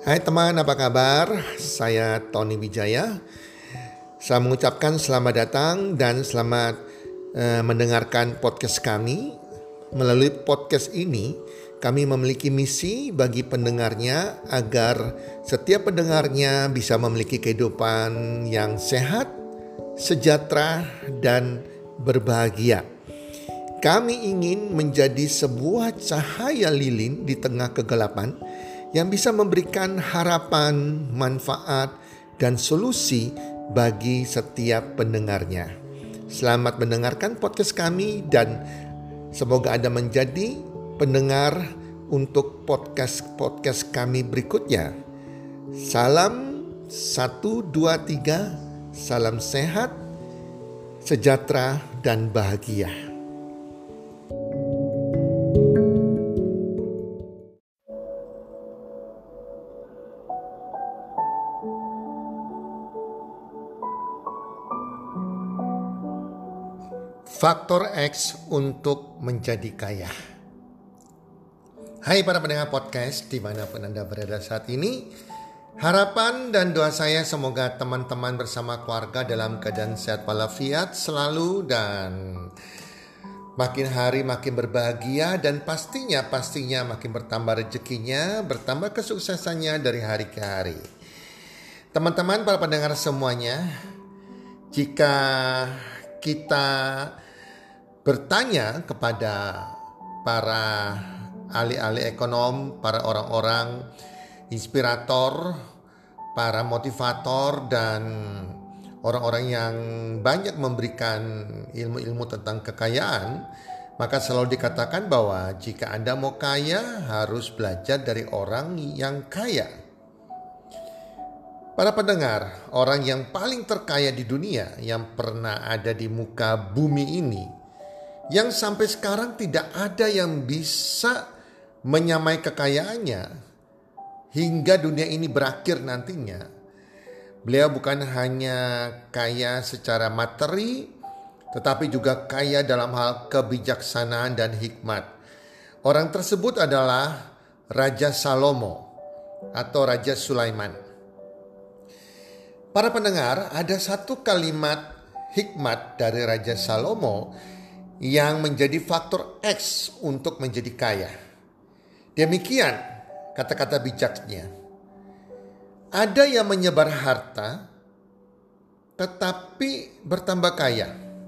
Hai teman, apa kabar? Saya Tony Wijaya. Saya mengucapkan selamat datang dan selamat mendengarkan podcast kami. Melalui podcast ini, kami memiliki misi bagi pendengarnya agar setiap pendengarnya bisa memiliki kehidupan yang sehat, sejahtera, dan berbahagia. Kami ingin menjadi sebuah cahaya lilin di tengah kegelapan yang bisa memberikan harapan, manfaat, dan solusi bagi setiap pendengarnya. Selamat mendengarkan podcast kami dan semoga Anda menjadi pendengar untuk podcast kami berikutnya. Salam 1, 2, 3, salam sehat, sejahtera, dan bahagia. Faktor X untuk menjadi kaya. Hai para pendengar podcast dimanapun Anda berada saat ini. Harapan dan doa saya semoga teman-teman bersama keluarga dalam keadaan sehat walafiat selalu dan makin hari makin berbahagia dan pastinya makin bertambah rezekinya, bertambah kesuksesannya dari hari ke hari. Teman-teman para pendengar semuanya, jika kita bertanya kepada para ahli-ahli ekonom, para orang-orang inspirator, para motivator, dan orang-orang yang banyak memberikan ilmu-ilmu tentang kekayaan, maka selalu dikatakan bahwa jika Anda mau kaya harus belajar dari orang yang kaya. Para pendengar, orang yang paling terkaya di dunia yang pernah ada di muka bumi ini, yang sampai sekarang tidak ada yang bisa menyamai kekayaannya hingga dunia ini berakhir nantinya. Beliau bukan hanya kaya secara materi, tetapi juga kaya dalam hal kebijaksanaan dan hikmat. Orang tersebut adalah Raja Salomo atau Raja Sulaiman. Para pendengar, ada satu kalimat hikmat dari Raja Salomo yang menjadi faktor X untuk menjadi kaya. Demikian kata-kata bijaknya. Ada yang menyebar harta tetapi bertambah kaya.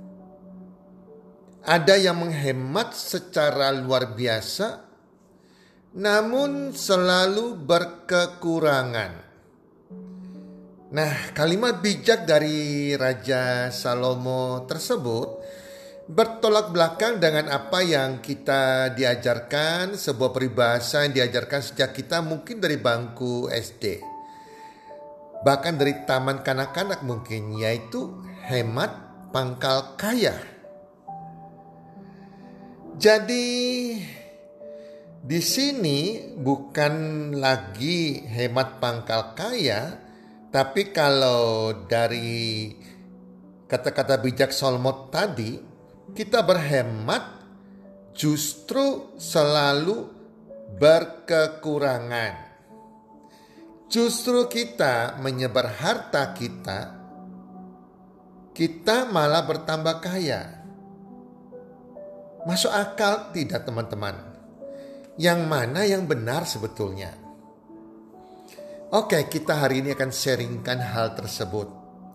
Ada yang menghemat secara luar biasa namun selalu berkekurangan. Nah, kalimat bijak dari Raja Salomo tersebut bertolak belakang dengan apa yang kita diajarkan, sebuah peribahasa yang diajarkan sejak kita mungkin dari bangku SD. Bahkan dari taman kanak-kanak mungkin, yaitu hemat pangkal kaya. Jadi di sini bukan lagi hemat pangkal kaya, tapi kalau dari kata-kata bijak Salomo tadi, kita berhemat justru selalu berkekurangan. Justru kita menyebar harta kita malah bertambah kaya. Masuk akal tidak teman-teman? Yang mana yang benar sebetulnya? Oke, kita hari ini akan sharingkan hal tersebut.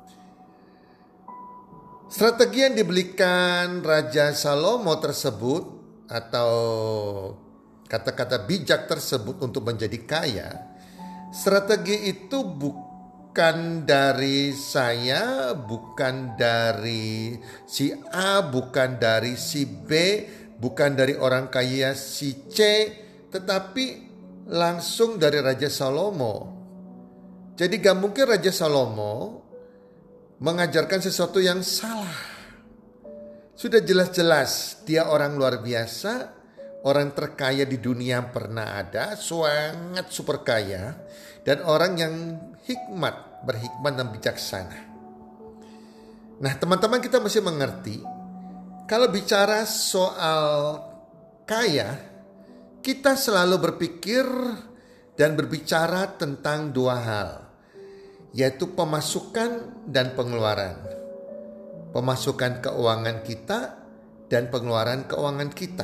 Strategi yang diberikan Raja Salomo tersebut atau kata-kata bijak tersebut untuk menjadi kaya, strategi itu bukan dari saya, bukan dari si A, bukan dari si B, bukan dari orang kaya si C, tetapi langsung dari Raja Salomo. Jadi gak mungkin Raja Salomo mengajarkan sesuatu yang salah. Sudah jelas-jelas dia orang luar biasa, orang terkaya di dunia yang pernah ada, sangat super kaya, dan orang yang berhikmat dan bijaksana. Nah, teman-teman, kita mesti mengerti, kalau bicara soal kaya, kita selalu berpikir dan berbicara tentang dua hal, yaitu pemasukan dan pengeluaran. Pemasukan keuangan kita dan pengeluaran keuangan kita.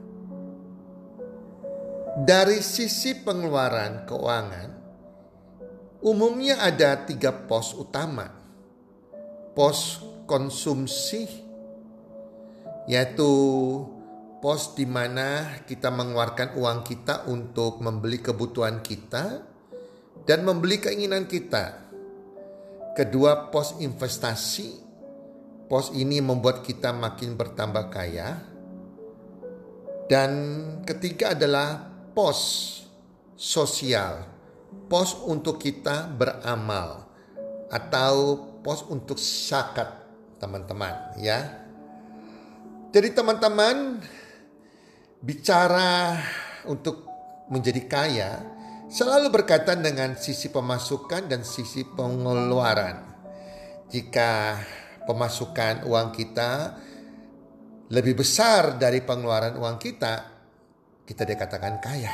Dari sisi pengeluaran keuangan, umumnya ada 3 pos utama. Pos konsumsi, yaitu pos di mana kita mengeluarkan uang kita untuk membeli kebutuhan kita dan membeli keinginan kita. Kedua, pos investasi. Pos ini membuat kita makin bertambah kaya. Dan ketiga adalah pos sosial, pos untuk kita beramal atau pos untuk zakat, teman-teman ya. Jadi teman-teman, bicara untuk menjadi kaya selalu berkaitan dengan sisi pemasukan dan sisi pengeluaran. Jika pemasukan uang kita lebih besar dari pengeluaran uang kita dikatakan kaya.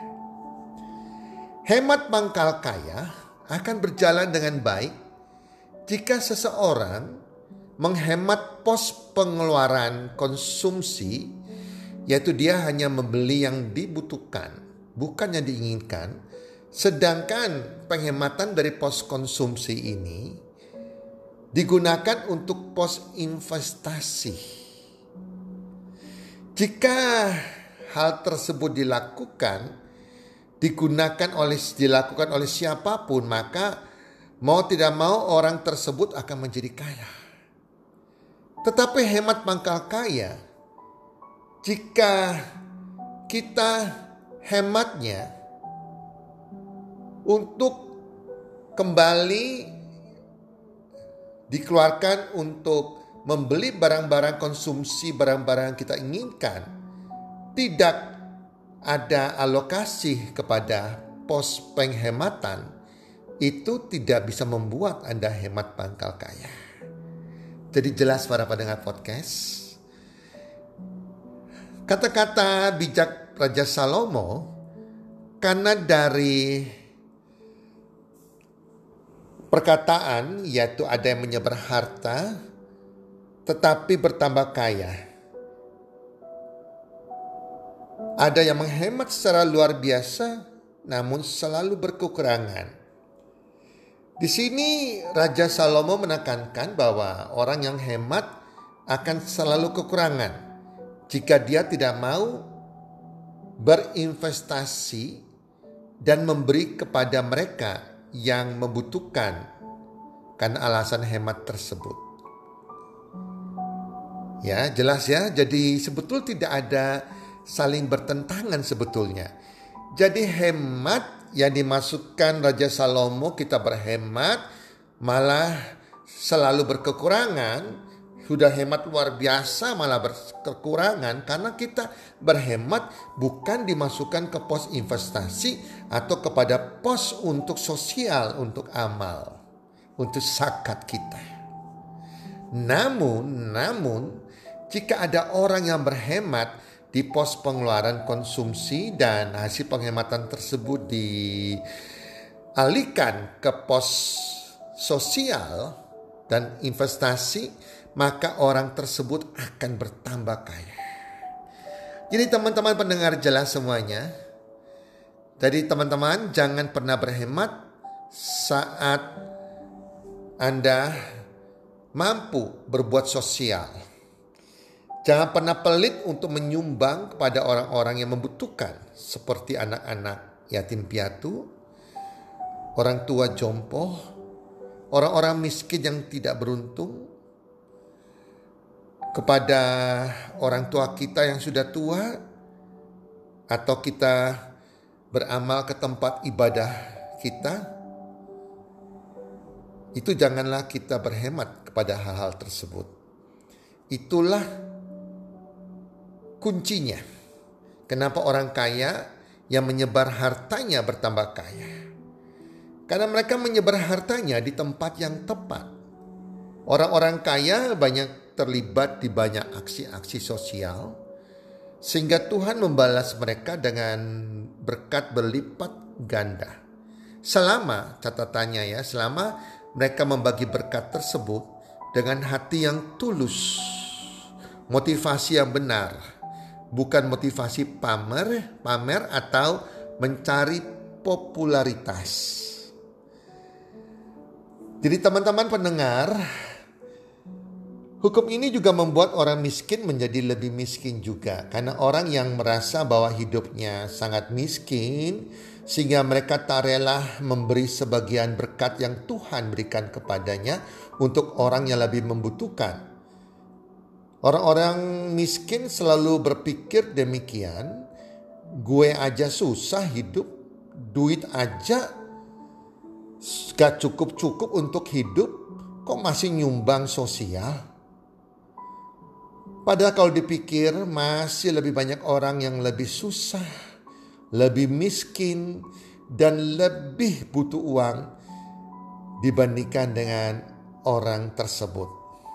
Hemat pangkal kaya akan berjalan dengan baik jika seseorang menghemat pos pengeluaran konsumsi, yaitu dia hanya membeli yang dibutuhkan, bukan yang diinginkan. Sedangkan penghematan dari pos konsumsi ini digunakan untuk pos investasi. Jika hal tersebut dilakukan oleh siapapun, maka mau tidak mau orang tersebut akan menjadi kaya. Tetapi hemat pangkal kaya, jika kita hematnya untuk kembali dikeluarkan untuk membeli barang-barang konsumsi, barang-barang yang kita inginkan, tidak ada alokasi kepada pos penghematan, itu tidak bisa membuat Anda hemat pangkal kaya. Jadi jelas para pendengar podcast, kata-kata bijak Raja Salomo, karena dari perkataan, yaitu ada yang menyebar harta tetapi bertambah kaya. Ada yang menghemat secara luar biasa namun selalu berkekurangan. Di sini Raja Salomo menekankan bahwa orang yang hemat akan selalu kekurangan jika dia tidak mau berinvestasi dan memberi kepada mereka yang membutuhkan karena alasan hemat tersebut. Ya, jelas ya. Jadi sebetulnya tidak ada saling bertentangan sebetulnya. Jadi hemat yang dimasukkan Raja Salomo, kita berhemat malah selalu berkekurangan. Sudah hemat luar biasa malah berkekurangan karena kita berhemat bukan dimasukkan ke pos investasi atau kepada pos untuk sosial, untuk amal, untuk zakat kita. Namun jika ada orang yang berhemat di pos pengeluaran konsumsi dan hasil penghematan tersebut dialihkan ke pos sosial dan investasi, maka orang tersebut akan bertambah kaya. Jadi teman-teman pendengar jelas semuanya. Jadi teman-teman jangan pernah berhemat saat Anda mampu berbuat sosial. Jangan pernah pelit untuk menyumbang kepada orang-orang yang membutuhkan, seperti anak-anak yatim piatu, orang tua jompo, orang-orang miskin yang tidak beruntung, kepada orang tua kita yang sudah tua, atau kita beramal ke tempat ibadah kita. Itu janganlah kita berhemat kepada hal-hal tersebut. Itulah kuncinya. Kenapa orang kaya yang menyebar hartanya bertambah kaya? Karena mereka menyebar hartanya di tempat yang tepat. Orang-orang kaya banyak terlibat di banyak aksi-aksi sosial, sehingga Tuhan membalas mereka dengan berkat berlipat ganda. Selama, catatannya ya, selama mereka membagi berkat tersebut dengan hati yang tulus, motivasi yang benar, bukan motivasi pamer atau mencari popularitas. Jadi teman-teman pendengar, hukum ini juga membuat orang miskin menjadi lebih miskin juga. Karena orang yang merasa bahwa hidupnya sangat miskin, sehingga mereka tak rela memberi sebagian berkat yang Tuhan berikan kepadanya untuk orang yang lebih membutuhkan. Orang-orang miskin selalu berpikir demikian, gue aja susah hidup, duit aja gak cukup-cukup untuk hidup, kok masih nyumbang sosial? Padahal kalau dipikir masih lebih banyak orang yang lebih susah, lebih miskin, dan lebih butuh uang dibandingkan dengan orang tersebut.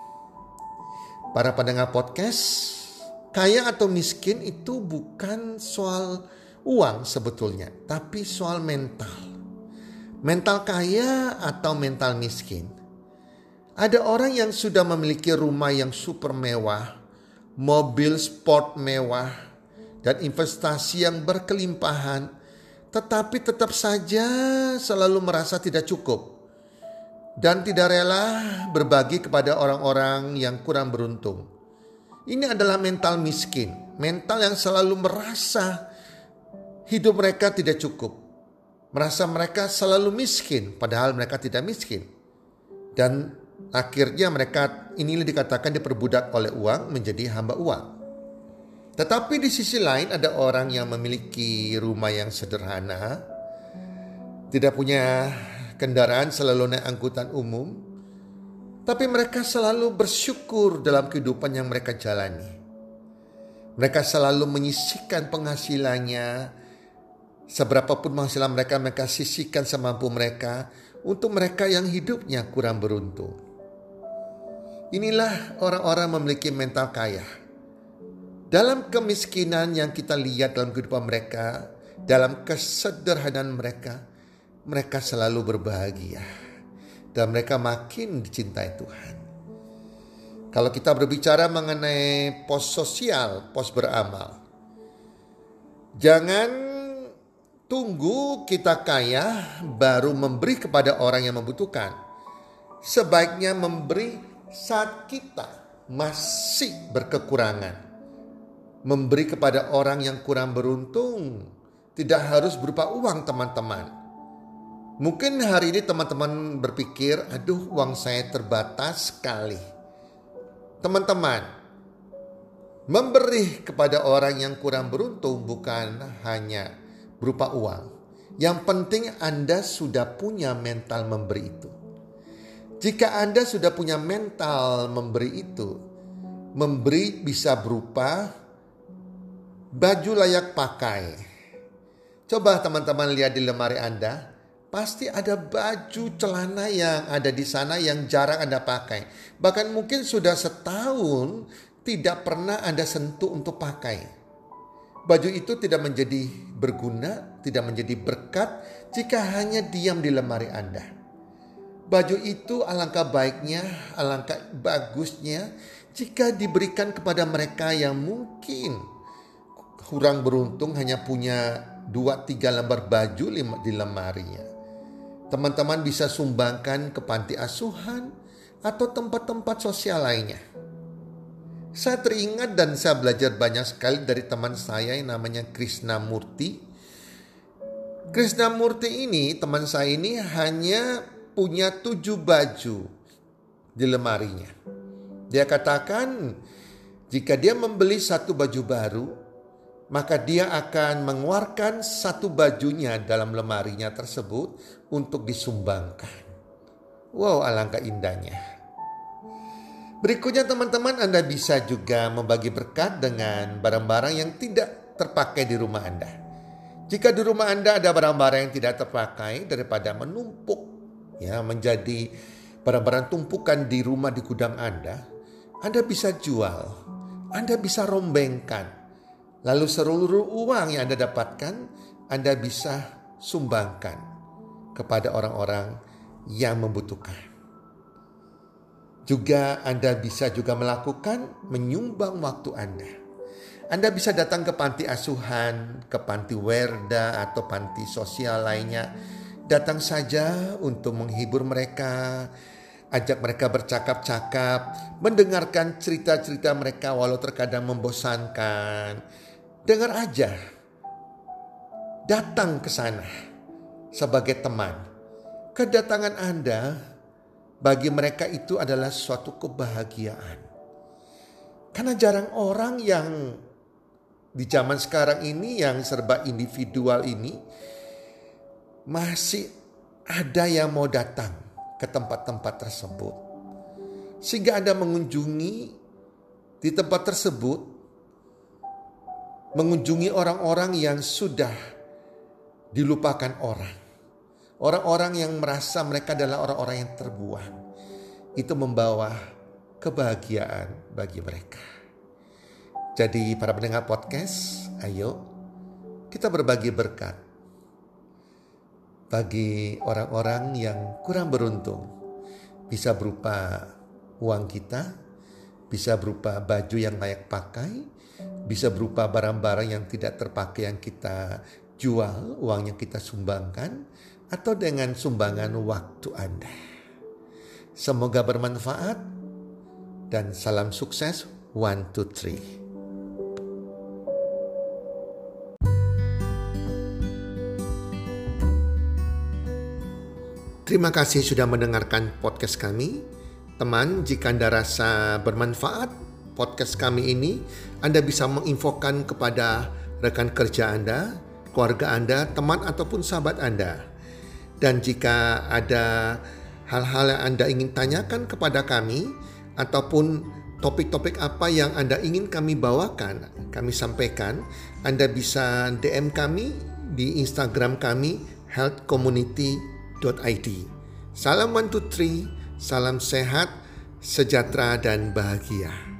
Para pendengar podcast, kaya atau miskin itu bukan soal uang sebetulnya, tapi soal mental. Mental kaya atau mental miskin. Ada orang yang sudah memiliki rumah yang super mewah, mobil sport mewah, dan investasi yang berkelimpahan, tetapi tetap saja selalu merasa tidak cukup dan tidak rela berbagi kepada orang-orang yang kurang beruntung. Ini adalah mental miskin, mental yang selalu merasa hidup mereka tidak cukup, merasa mereka selalu miskin padahal mereka tidak miskin. Dan akhirnya mereka ini dikatakan diperbudak oleh uang, menjadi hamba uang. Tetapi di sisi lain ada orang yang memiliki rumah yang sederhana, tidak punya kendaraan, selalu naik angkutan umum, tapi mereka selalu bersyukur dalam kehidupan yang mereka jalani. Mereka selalu menyisihkan penghasilannya, seberapapun penghasilan mereka sisihkan semampu mereka untuk mereka yang hidupnya kurang beruntung. Inilah orang-orang memiliki mental kaya. Dalam kemiskinan yang kita lihat dalam kehidupan mereka, dalam kesederhanaan mereka, mereka selalu berbahagia. Dan mereka makin dicintai Tuhan. Kalau kita berbicara mengenai pos sosial, pos beramal, jangan tunggu kita kaya baru memberi kepada orang yang membutuhkan. Sebaiknya memberi saat kita masih berkekurangan. Memberi kepada orang yang kurang beruntung tidak harus berupa uang, teman-teman. Mungkin hari ini teman-teman berpikir, aduh, uang saya terbatas sekali. Teman-teman, memberi kepada orang yang kurang beruntung bukan hanya berupa uang. Yang penting Anda sudah punya mental memberi itu. Jika Anda sudah punya mental memberi itu, memberi bisa berupa baju layak pakai. Coba teman-teman lihat di lemari Anda, pasti ada baju celana yang ada di sana yang jarang Anda pakai. Bahkan mungkin sudah setahun tidak pernah Anda sentuh untuk pakai. Baju itu tidak menjadi berguna, tidak menjadi berkat jika hanya diam di lemari Anda. Baju itu alangkah baiknya, alangkah bagusnya jika diberikan kepada mereka yang mungkin kurang beruntung, hanya punya 2-3 lembar baju di lemarinya. Teman-teman bisa sumbangkan ke panti asuhan atau tempat-tempat sosial lainnya. Saya teringat dan saya belajar banyak sekali dari teman saya yang namanya Krishnamurti. Krishnamurti ini, teman saya ini hanya punya 7 baju di lemarinya. Dia katakan jika dia membeli 1 baju baru, maka dia akan mengeluarkan 1 bajunya dalam lemarinya tersebut untuk disumbangkan. Wow, alangkah indahnya. Berikutnya teman-teman, Anda bisa juga membagi berkat dengan barang-barang yang tidak terpakai di rumah Anda. Jika di rumah Anda ada barang-barang yang tidak terpakai, daripada menumpuk menjadi barang-barang tumpukan di rumah di gudang Anda bisa jual, Anda bisa rombengkan. Lalu seluruh uang yang Anda dapatkan, Anda bisa sumbangkan kepada orang-orang yang membutuhkan. Juga Anda bisa juga melakukan menyumbang waktu Anda. Anda bisa datang ke panti asuhan, ke panti werda atau panti sosial lainnya. Datang saja untuk menghibur mereka, ajak mereka bercakap-cakap, mendengarkan cerita-cerita mereka walau terkadang membosankan. Dengar aja. Datang ke sana sebagai teman. Kedatangan Anda bagi mereka itu adalah suatu kebahagiaan. Karena jarang orang yang di zaman sekarang ini yang serba individual ini masih ada yang mau datang ke tempat-tempat tersebut. Sehingga Anda mengunjungi di tempat tersebut, mengunjungi orang-orang yang sudah dilupakan orang. Orang-orang yang merasa mereka adalah orang-orang yang terbuang. Itu membawa kebahagiaan bagi mereka. Jadi para pendengar podcast, ayo kita berbagi berkat bagi orang-orang yang kurang beruntung. Bisa berupa uang kita, bisa berupa baju yang layak pakai, bisa berupa barang-barang yang tidak terpakai yang kita jual, uangnya kita sumbangkan, atau dengan sumbangan waktu Anda. Semoga bermanfaat dan salam sukses 1, 2, 3. Terima kasih sudah mendengarkan podcast kami. Teman, jika Anda rasa bermanfaat podcast kami ini, Anda bisa menginfokan kepada rekan kerja Anda, keluarga Anda, teman ataupun sahabat Anda. Dan jika ada hal-hal yang Anda ingin tanyakan kepada kami, ataupun topik-topik apa yang Anda ingin kami bawakan, kami sampaikan, Anda bisa DM kami di Instagram kami healthcommunity.id. Salam 1, 2, 3, salam sehat, sejahtera dan bahagia.